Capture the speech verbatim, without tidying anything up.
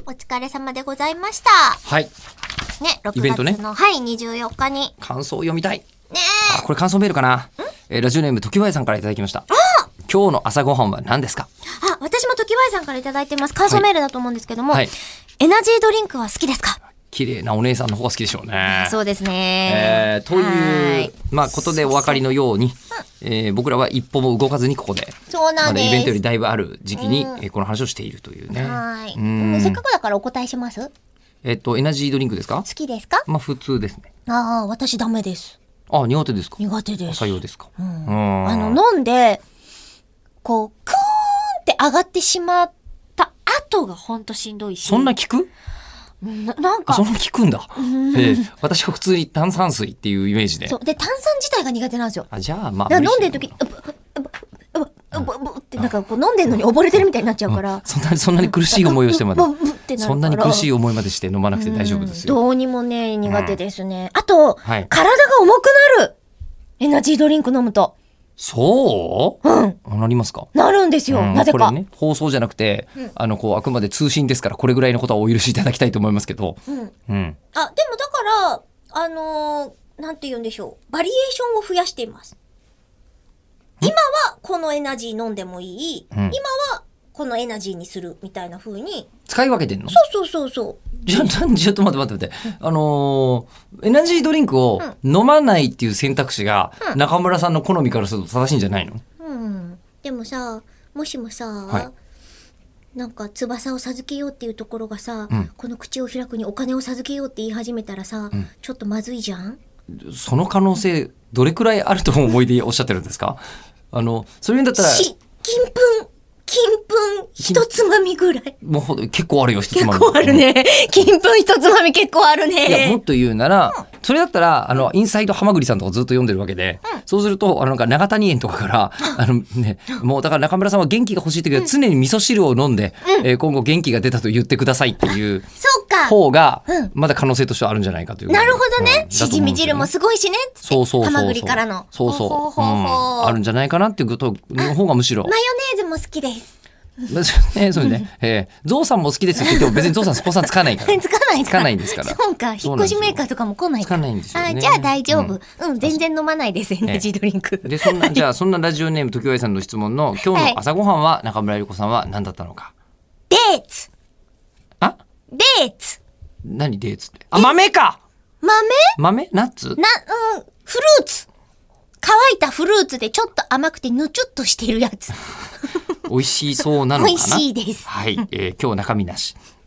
お疲れ様でございました。 はい。 ね、ろくイベントねがつの、はい、にじゅうよっかに。 感想を読みたい。 ねあ、これ感想メールかな。えーラジオネーム、ときわえさんからいただきました。今日の朝ごはんは何ですか？ あ、私もときわいさんからいただいてます。感想メールだと思うんですけども、 はい。 エナジードリンクは好きですか？ 綺麗なお姉さんの方が好きでしょうね。 そうですね。 えー、という、まあ、ことでお分かりのように、えー僕らは一歩も動かずにここで、 そうなんです。 まだイベントよりだいぶある時期に、 うんえーこの話をしているというね。 はい。 うんせっかくだからお答えします。 えっと、エナジードリンクですか？ 好きですか？ まあ、普通ですね。 ああ、私ダメです。 あ、苦手ですか？ 苦手です。 朝用ですか？ うんうんあの、飲んで、こう、クーンって上がってしまった後がほんとしんどいし。 そんな効く？ ななんかあ、そんな効くんだ。 んえー私は普通に炭酸水っていうイメージで。 そう。で、炭酸自体が苦手なんですよ。 あ、じゃあ、まあ、 だから飲んでる無理時、うぶ、うぶ、うぶ、うぶ、うぶってなんかこう飲んでるのに溺れてるみたいになっちゃうから。 うんそんなに、そんなに苦しい思いをしてまでう。ぶうぶってなるからそんなに苦しい思いまでして飲まなくて大丈夫ですよ。 どうにもね、苦手ですね。あと、 はい体が重くなる。エナジードリンク飲むと。 そううん。 あなりますか？ なるんですよ。 うんなぜか。 これね、放送じゃなくて、あの、こう、あくまで通信ですから、これぐらいのことはお許しいただきたいと思いますけど。 うん。 うん。 あ、でもだから、あのーなんて言うんでしょう。バリエーションを増やしています。今はこのエナジー飲んでもいい。 うん今はこのエナジーにするみたいな風に。 使い分けてんの？ そうそうそうそう。 じゃあ、ちょちょっと待って待って待って。あのーエナジードリンクを飲まないっていう選択肢が、 うん中村さんの好みからすると正しいんじゃないの？ うん。でもさ、もしもさ、 はなんか翼を授けようっていうところがさ、 うんこの口を開くにお金を授けようって言い始めたらさ、 うんちょっとまずいじゃん？ その可能性、どれくらいあると思いでおっしゃってるんですか？あの、それ言うんだったら、 し、金粉、金粉一つまみぐらい。 もうほど結構あるよ、一つ結まみ。 構あるね。金粉一つまみ結構あるいや、もっね。 と言うなら、それだったら、あの、インサイドハマグリさんとかずっと読んでるわけで、そうすると、あの、なんか長谷園とかから、あのね、もうだから中村さんは元気が欲しい時は常に味噌汁を飲んで、えー今後元気が出たと言ってくださいっていうそうか。 方がうん、 まだ可能性としてはあるんじゃないかという。 なるほどね。 うんしじみ汁もすごいしね。つってそうそうそうそう。 ハマグリからの。 そうそう。 ほうほうほうほううんあるんじゃないかなっていうことの方がむしろ。 マヨネーズも好きです。 ね、そうね。えー、ゾウさんも好きですって言っても別にゾウさんスポンサーつかないから。 つかないつかないんですから。 そうか。引っ越しメーカーとかも来ないから。 つかないんですよねあ、じゃあ大丈夫。 ううんん、全然飲まないです。エナジードリンク。 で、そんな、じゃあ、そんなラジオネーム、時和さんの質問の、今日の朝ごはんは、中村ゆり子さんは何だったのか。 デーツ。 あデーツ。 何デーツって。あ、豆か豆豆ナッツな、うん、フルーツ。乾いたフルーツでちょっと甘くてぬちゅっとしてるやつ。 美味しそうなのかな。 美味しいですはい。えー今日中身なし。